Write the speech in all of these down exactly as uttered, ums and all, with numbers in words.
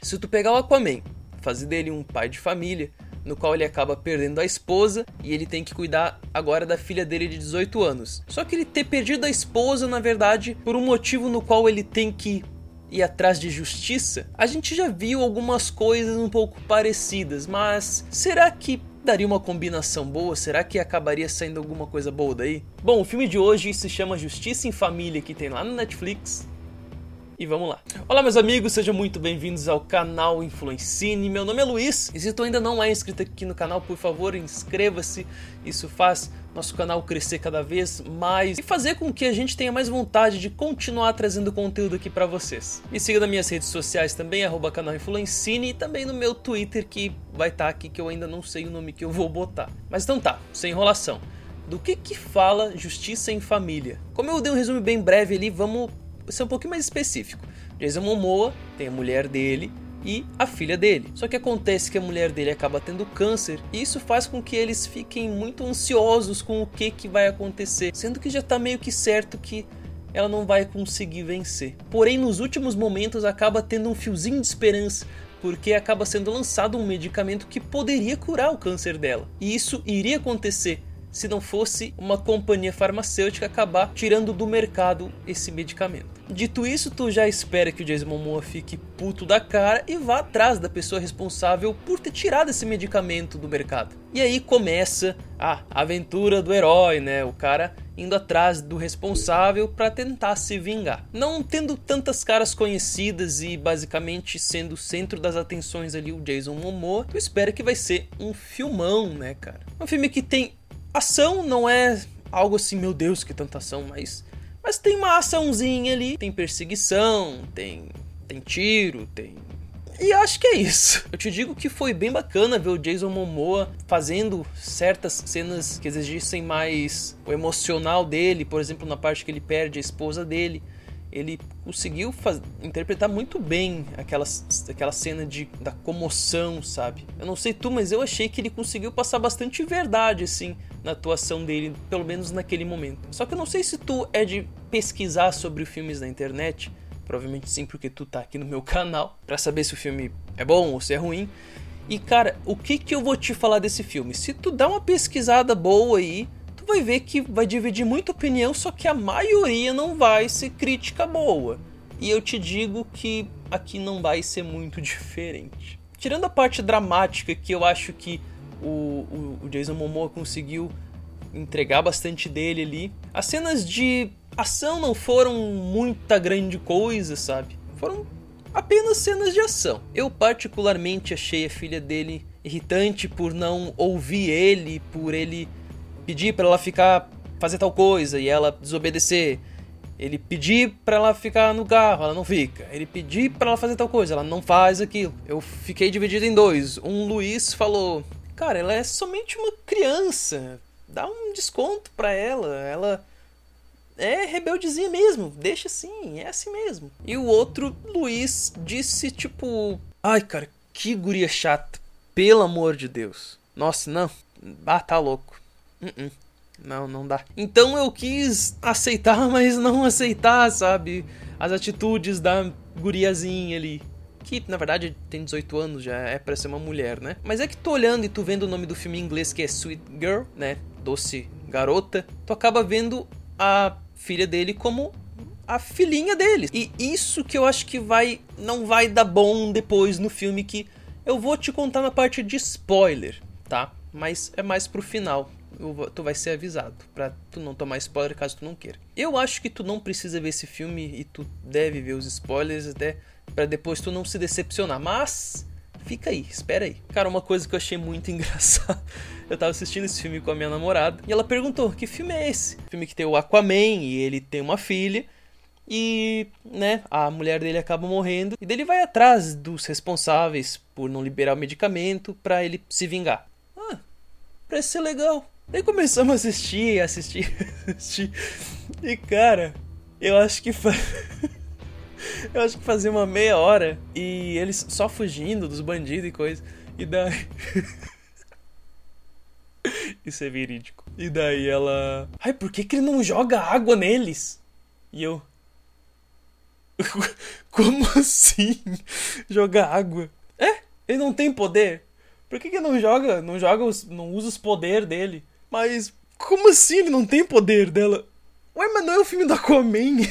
Se tu pegar o Aquaman, fazer dele um pai de família, no qual ele acaba perdendo a esposa e ele tem que cuidar agora da filha dele de dezoito anos. Só que ele ter perdido a esposa, na verdade, por um motivo no qual ele tem que ir atrás de justiça, a gente já viu algumas coisas um pouco parecidas, mas será que daria uma combinação boa? Será que acabaria saindo alguma coisa boa daí? Bom, o filme de hoje se chama Justiça em Família, que tem lá no Netflix. E vamos lá. Olá meus amigos, sejam muito bem-vindos ao canal Influencine. Meu nome é Luiz, e se tu ainda não é inscrito aqui no canal, por favor, inscreva-se. Isso faz nosso canal crescer cada vez mais e fazer com que a gente tenha mais vontade de continuar trazendo conteúdo aqui pra vocês. Me siga nas minhas redes sociais também, arroba canal Influencine, e também no meu Twitter, que vai estar aqui, que eu ainda não sei o nome que eu vou botar. Mas então tá, sem enrolação. Do que que fala Justiça em Família? Como eu dei um resumo bem breve ali, vamos ser um pouquinho mais específico. Jason Momoa tem a mulher dele e a filha dele. Só que acontece que a mulher dele acaba tendo câncer e isso faz com que eles fiquem muito ansiosos com o que, que vai acontecer, sendo que já tá meio que certo que ela não vai conseguir vencer. Porém, nos últimos momentos acaba tendo um fiozinho de esperança, porque acaba sendo lançado um medicamento que poderia curar o câncer dela. E isso iria acontecer se não fosse uma companhia farmacêutica acabar tirando do mercado esse medicamento. Dito isso, tu já espera que o Jason Momoa fique puto da cara e vá atrás da pessoa responsável por ter tirado esse medicamento do mercado. E aí começa a aventura do herói, né? O cara indo atrás do responsável para tentar se vingar. Não tendo tantas caras conhecidas e basicamente sendo o centro das atenções ali o Jason Momoa, tu espera que vai ser um filmão, né, cara? Um filme que tem ação, não é algo assim, meu Deus, que tanta ação, mas, mas tem uma açãozinha ali, tem perseguição, tem, tem tiro, tem... E acho que é isso. Eu te digo que foi bem bacana ver o Jason Momoa fazendo certas cenas que exigissem mais o emocional dele, por exemplo, na parte que ele perde a esposa dele. Ele conseguiu faz... interpretar muito bem aquela, aquela cena de, da comoção, sabe? Eu não sei tu, mas eu achei que ele conseguiu passar bastante verdade, assim, na atuação dele, pelo menos naquele momento. Só que eu não sei se tu é de pesquisar sobre filmes na internet, provavelmente sim, porque tu tá aqui no meu canal, pra saber se o filme é bom ou se é ruim. E cara, o que que eu vou te falar desse filme? Se tu dá uma pesquisada boa aí, tu vai ver que vai dividir muita opinião, só que a maioria não vai ser crítica boa. E eu te digo que aqui não vai ser muito diferente. Tirando a parte dramática, que eu acho que o, o, o Jason Momoa conseguiu entregar bastante dele ali, as cenas de ação não foram muita grande coisa, sabe? Foram apenas cenas de ação. Eu particularmente achei a filha dele irritante por não ouvir ele, por ele pedir pra ela ficar, fazer tal coisa e ela desobedecer. Ele pedir pra ela ficar no carro, ela não fica. Ele pedir pra ela fazer tal coisa, ela não faz aquilo. Eu fiquei dividido em dois. Um Luiz falou, cara, ela é somente uma criança, dá um desconto pra ela, ela é rebeldezinha mesmo, deixa assim, é assim mesmo. E o outro Luiz disse tipo, ai cara, que guria chata, pelo amor de Deus. Nossa, não, ah, tá louco. Uh-uh. Não, não dá. Então eu quis aceitar, mas não aceitar, sabe? As atitudes da guriazinha ali. Que, na verdade, tem dezoito anos, já é pra ser uma mulher, né? Mas é que tu olhando e tu vendo o nome do filme em inglês, que é Sweet Girl, né? Doce Garota. Tu acaba vendo a filha dele como a filhinha dele. E isso que eu acho que vai não vai dar bom depois no filme, que eu vou te contar na parte de spoiler, tá? Mas é mais pro final. Tu vai ser avisado pra tu não tomar spoiler caso tu não queira. Eu acho que tu não precisa ver esse filme e tu deve ver os spoilers até pra depois tu não se decepcionar. Mas fica aí, espera aí. Cara, uma coisa que eu achei muito engraçada. Eu tava assistindo esse filme com a minha namorada e ela perguntou, que filme é esse? Filme que tem o Aquaman e ele tem uma filha. E, né, a mulher dele acaba morrendo. E daí ele vai atrás dos responsáveis por não liberar o medicamento pra ele se vingar. Ah, parece ser legal. Daí começamos a assistir, assistir, assistir. E cara, eu acho que fa... eu acho que fazia uma meia hora e eles só fugindo dos bandidos e coisa. E daí isso é verídico. E daí ela, ai, por que que ele não joga água neles? E eu Como assim? Jogar água? É? Ele não tem poder? Por que que não joga? Não joga os, não usa os poderes dele? Mas como assim ele não tem poder dela? Ué, mas não é o filme do Aquaman?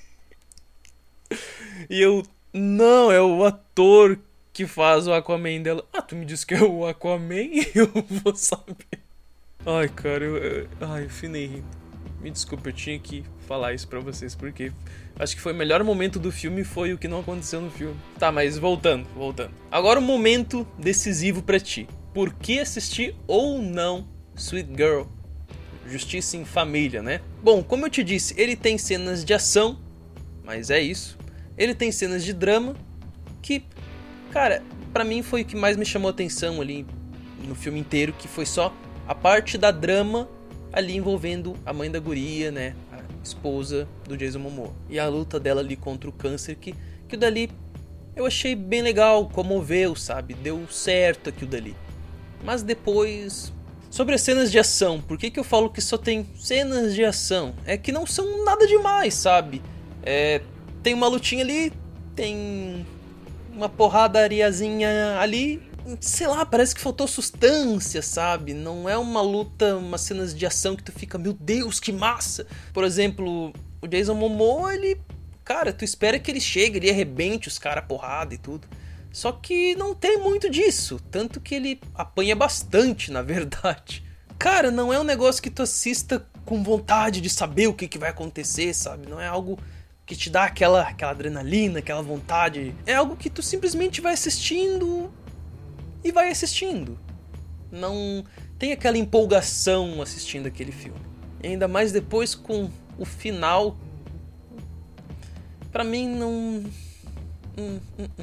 E eu... Não, é o ator que faz o Aquaman dela. Ah, tu me disse que é o Aquaman? Eu vou saber. Ai, cara, eu... eu ai, eu finei rindo. Me desculpa, eu tinha que falar isso pra vocês, porque acho que foi o melhor momento do filme, foi o que não aconteceu no filme. Tá, mas voltando, voltando. Agora o momento decisivo pra ti. Por que assistir ou não Sweet Girl? Justiça em Família, né? Bom, como eu te disse, ele tem cenas de ação, mas é isso. Ele tem cenas de drama, que, cara, pra mim foi o que mais me chamou a atenção ali no filme inteiro, que foi só a parte da drama ali envolvendo a mãe da guria, né, a esposa do Jason Momoa. E a luta dela ali contra o câncer, que, que o dali eu achei bem legal, comoveu, sabe? Deu certo aquilo dali. Mas depois... Sobre as cenas de ação, por que que eu falo que só tem cenas de ação? É que não são nada demais, sabe? É, tem uma lutinha ali, tem uma porradariazinha ali... Sei lá, parece que faltou substância, sabe? Não é uma luta, umas cenas de ação que tu fica, meu Deus, que massa! Por exemplo, o Jason Momoa, ele... Cara, tu espera que ele chegue, ele arrebente os caras porrada e tudo. Só que não tem muito disso, tanto que ele apanha bastante, na verdade. Cara, não é um negócio que tu assista com vontade de saber o que, que vai acontecer, sabe? Não é algo que te dá aquela, aquela adrenalina, aquela vontade. É algo que tu simplesmente vai assistindo... E vai assistindo. Não tem aquela empolgação assistindo aquele filme. E ainda mais depois com o final. Pra mim não... Hum, hum, hum.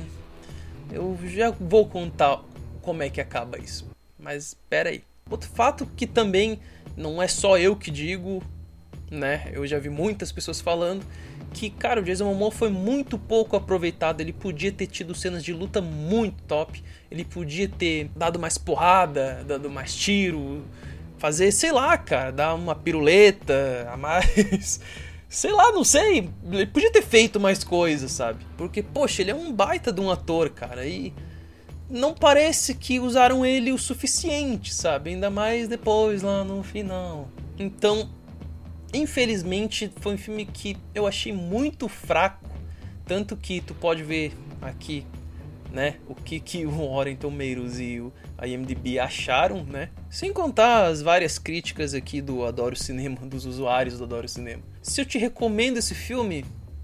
Eu já vou contar como é que acaba isso. Mas pera aí. Outro fato que também não é só eu que digo, né? Eu já vi muitas pessoas falando que, cara, o Jason Momoa foi muito pouco aproveitado. Ele podia ter tido cenas de luta muito top. Ele podia ter dado mais porrada, dado mais tiro, fazer, sei lá, cara, dar uma piruleta a mais. Sei lá, não sei. Ele podia ter feito mais coisas, sabe? Porque, poxa, ele é um baita de um ator, cara. E não parece que usaram ele o suficiente, sabe? Ainda mais depois, lá no final. Então... Infelizmente foi um filme que eu achei muito fraco, tanto que tu pode ver aqui, né, o que, que o Rotten Tomatoes e o I M D B acharam, né, sem contar as várias críticas aqui do Adoro Cinema, dos usuários do Adoro Cinema. Se eu te recomendo esse filme,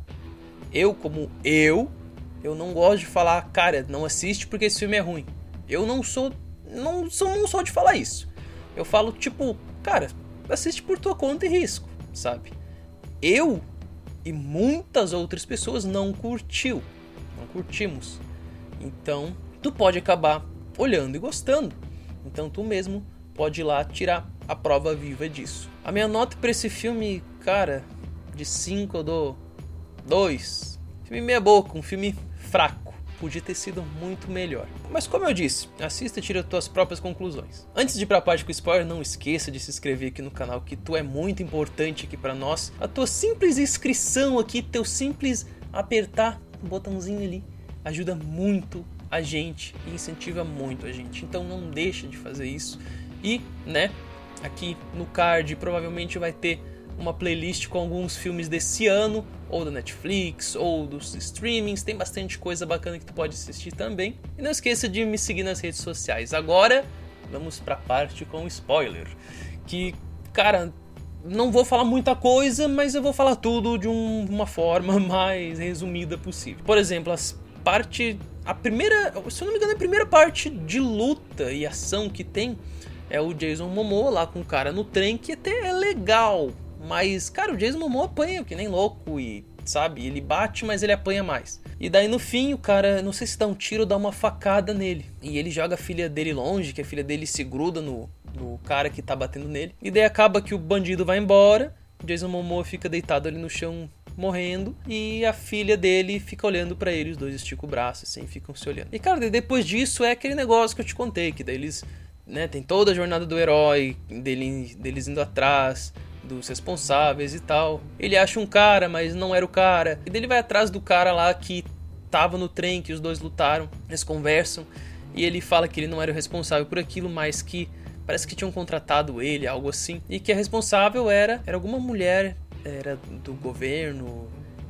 eu como eu, eu não gosto de falar, cara, não assiste porque esse filme é ruim. Eu não sou, não sou, não sou de falar isso. Eu falo tipo, cara, assiste por tua conta e risco. Sabe? Eu e muitas outras pessoas não curtiu, não curtimos. Então, tu pode acabar olhando e gostando. Então, tu mesmo pode ir lá tirar a prova viva disso. A minha nota pra esse filme, cara, de cinco eu dou dois. Filme meia boca, um filme fraco. Podia ter sido muito melhor. Mas como eu disse, assista e tira as tuas próprias conclusões. Antes de ir pra parte com spoiler, não esqueça de se inscrever aqui no canal, que tu é muito importante aqui pra nós. A tua simples inscrição aqui, teu simples apertar o botãozinho ali, ajuda muito a gente e incentiva muito a gente. Então não deixa de fazer isso. E, né, aqui no card provavelmente vai ter uma playlist com alguns filmes desse ano, ou da Netflix, ou dos streamings. Tem bastante coisa bacana que tu pode assistir também. E não esqueça de me seguir nas redes sociais. Agora, vamos pra parte com spoiler. Que, cara, não vou falar muita coisa, mas eu vou falar tudo de um, uma forma mais resumida possível. Por exemplo, as parte, a primeira, se eu não me engano, a primeira parte de luta e ação que tem é o Jason Momoa lá com o cara no trem, que até é legal. Mas, cara, o Jason Momoa apanha, que nem louco, e, sabe, ele bate, mas ele apanha mais. E daí, no fim, o cara, não sei se dá um tiro ou dá uma facada nele. E ele joga a filha dele longe, que a filha dele se gruda no, no cara que tá batendo nele. E daí acaba que o bandido vai embora, o Jason Momoa fica deitado ali no chão, morrendo, e a filha dele fica olhando pra ele, os dois esticam o braço, assim, ficam se olhando. E, cara, depois disso é aquele negócio que eu te contei, que daí eles, né, tem toda a jornada do herói, dele, deles indo atrás dos responsáveis e tal. Ele acha um cara, mas não era o cara. E daí ele vai atrás do cara lá que tava no trem, que os dois lutaram. Eles conversam e ele fala que ele não era o responsável por aquilo, mas que parece que tinham contratado ele, algo assim. E que a responsável era, era alguma mulher, era do governo,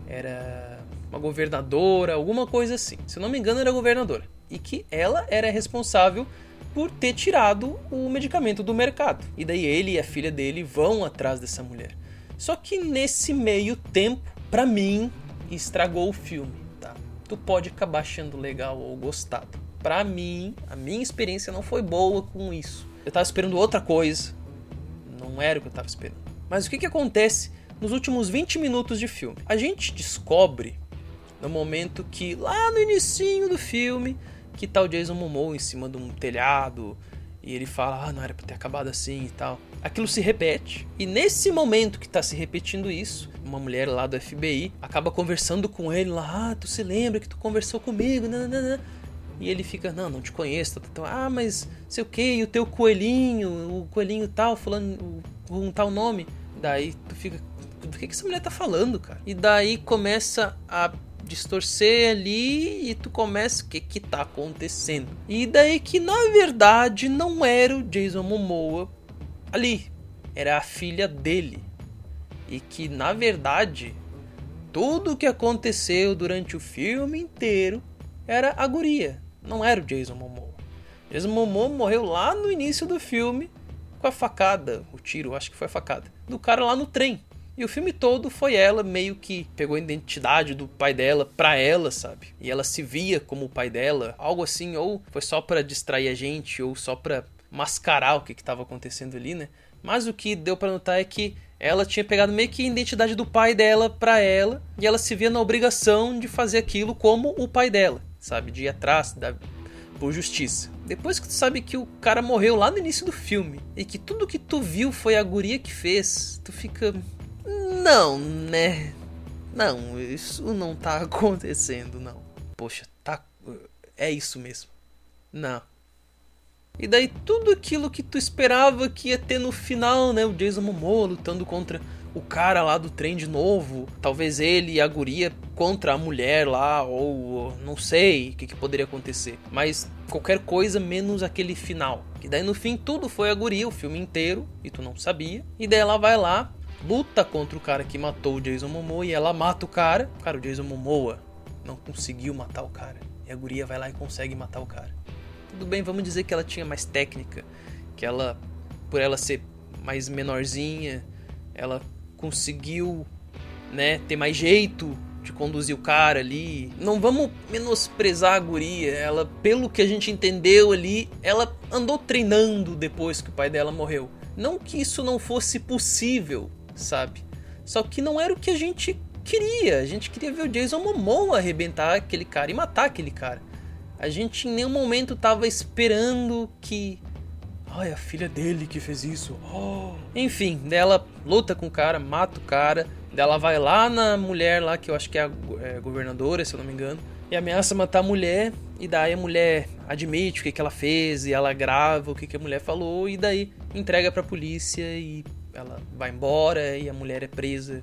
era uma governadora, alguma coisa assim. Se eu não me engano, era governadora. E que ela era responsável por ter tirado o medicamento do mercado. E daí ele e a filha dele vão atrás dessa mulher. Só que nesse meio tempo, pra mim, estragou o filme, tá? Tu pode acabar achando legal ou gostado. Pra mim, a minha experiência não foi boa com isso. Eu tava esperando outra coisa. Não era o que eu tava esperando. Mas o que que acontece nos últimos vinte minutos de filme? A gente descobre, no momento que, lá no inicinho do filme, que tá o Jason Momoa em cima de um telhado, e ele fala, ah, não era pra ter acabado assim e tal. Aquilo se repete, e nesse momento que tá se repetindo isso, uma mulher lá do F B I acaba conversando com ele lá, ah, tu se lembra que tu conversou comigo, nananana. E ele fica, não, não te conheço, ah, mas sei o que, e o teu coelhinho, o coelhinho tal, falando um tal nome. Daí tu fica, do que que essa mulher tá falando, cara? E daí começa a distorcer ali e tu começa, o que que tá acontecendo? E daí que na verdade não era o Jason Momoa ali, era a filha dele. E que na verdade tudo o que aconteceu durante o filme inteiro era a guria, não era o Jason Momoa. Jason Momoa morreu lá no início do filme com a facada, o tiro, acho que foi a facada, do cara lá no trem. E o filme todo foi ela meio que pegou a identidade do pai dela pra ela, sabe? E ela se via como o pai dela, algo assim, ou foi só pra distrair a gente, ou só pra mascarar o que que tava acontecendo ali, né? Mas o que deu pra notar é que ela tinha pegado meio que a identidade do pai dela pra ela, e ela se via na obrigação de fazer aquilo como o pai dela, sabe? De ir atrás, da... por justiça. Depois que tu sabe que o cara morreu lá no início do filme, e que tudo que tu viu foi a guria que fez, tu fica... Não, né? Não, isso não tá acontecendo, não. Poxa, tá... é isso mesmo. Não. E daí tudo aquilo que tu esperava que ia ter no final, né? O Jason Momoa lutando contra o cara lá do trem de novo. Talvez ele e a guria contra a mulher lá, ou não sei o que, que poderia acontecer. Mas qualquer coisa menos aquele final. E daí no fim tudo foi a guria, o filme inteiro, e tu não sabia. E daí ela vai lá, luta contra o cara que matou o Jason Momoa, e ela mata o cara. Cara, o Jason Momoa não conseguiu matar o cara. E a guria vai lá e consegue matar o cara. Tudo bem, vamos dizer que ela tinha mais técnica, que ela, por ela ser mais menorzinha, ela conseguiu, né, ter mais jeito de conduzir o cara ali. Não vamos menosprezar a guria, ela, pelo que a gente entendeu ali, ela andou treinando depois que o pai dela morreu. Não que isso não fosse possível, sabe? Só que não era o que a gente queria. A gente queria ver o Jason Momoa arrebentar aquele cara e matar aquele cara. A gente em nenhum momento tava esperando que... ai, a filha dele que fez isso. Oh. Enfim, dela luta com o cara, mata o cara. Dela vai lá na mulher lá, que eu acho que é a é, governadora, se eu não me engano, e ameaça matar a mulher. E daí a mulher admite o que, que ela fez, e ela grava o que, que a mulher falou, e daí entrega pra polícia e ela vai embora e a mulher é presa.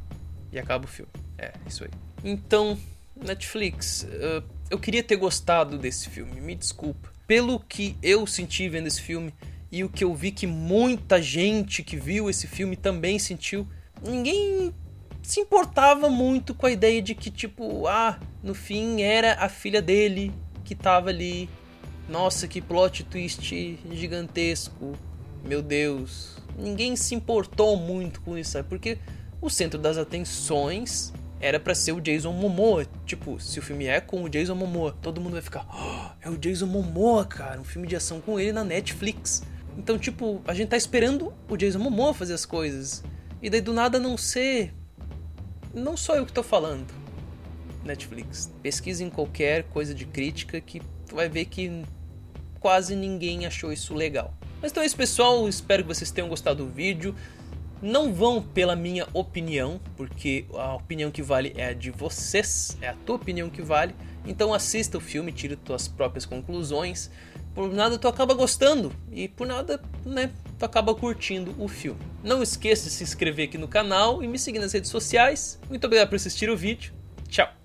E acaba o filme. É, isso aí. Então, Netflix, uh, eu queria ter gostado desse filme, me desculpa. Pelo que eu senti vendo esse filme e o que eu vi que muita gente que viu esse filme também sentiu, ninguém se importava muito com a ideia de que, tipo, ah, no fim era a filha dele que tava ali. Nossa, que plot twist gigantesco. Meu Deus. Ninguém se importou muito com isso, sabe? Porque o centro das atenções era pra ser o Jason Momoa. Tipo, se o filme é com o Jason Momoa, todo mundo vai ficar, oh, é o Jason Momoa, cara, um filme de ação com ele na Netflix. Então, tipo, a gente tá esperando o Jason Momoa fazer as coisas. E daí do nada não ser... Não sou eu que tô falando. Netflix. Pesquisa em qualquer coisa de crítica que tu vai ver que quase ninguém achou isso legal. Mas então é isso, pessoal. Espero que vocês tenham gostado do vídeo. Não vão pela minha opinião, porque a opinião que vale é a de vocês, é a tua opinião que vale. Então assista o filme, tire tuas próprias conclusões. Por nada tu acaba gostando e por nada, né, tu acaba curtindo o filme. Não esqueça de se inscrever aqui no canal e me seguir nas redes sociais. Muito obrigado por assistir o vídeo. Tchau!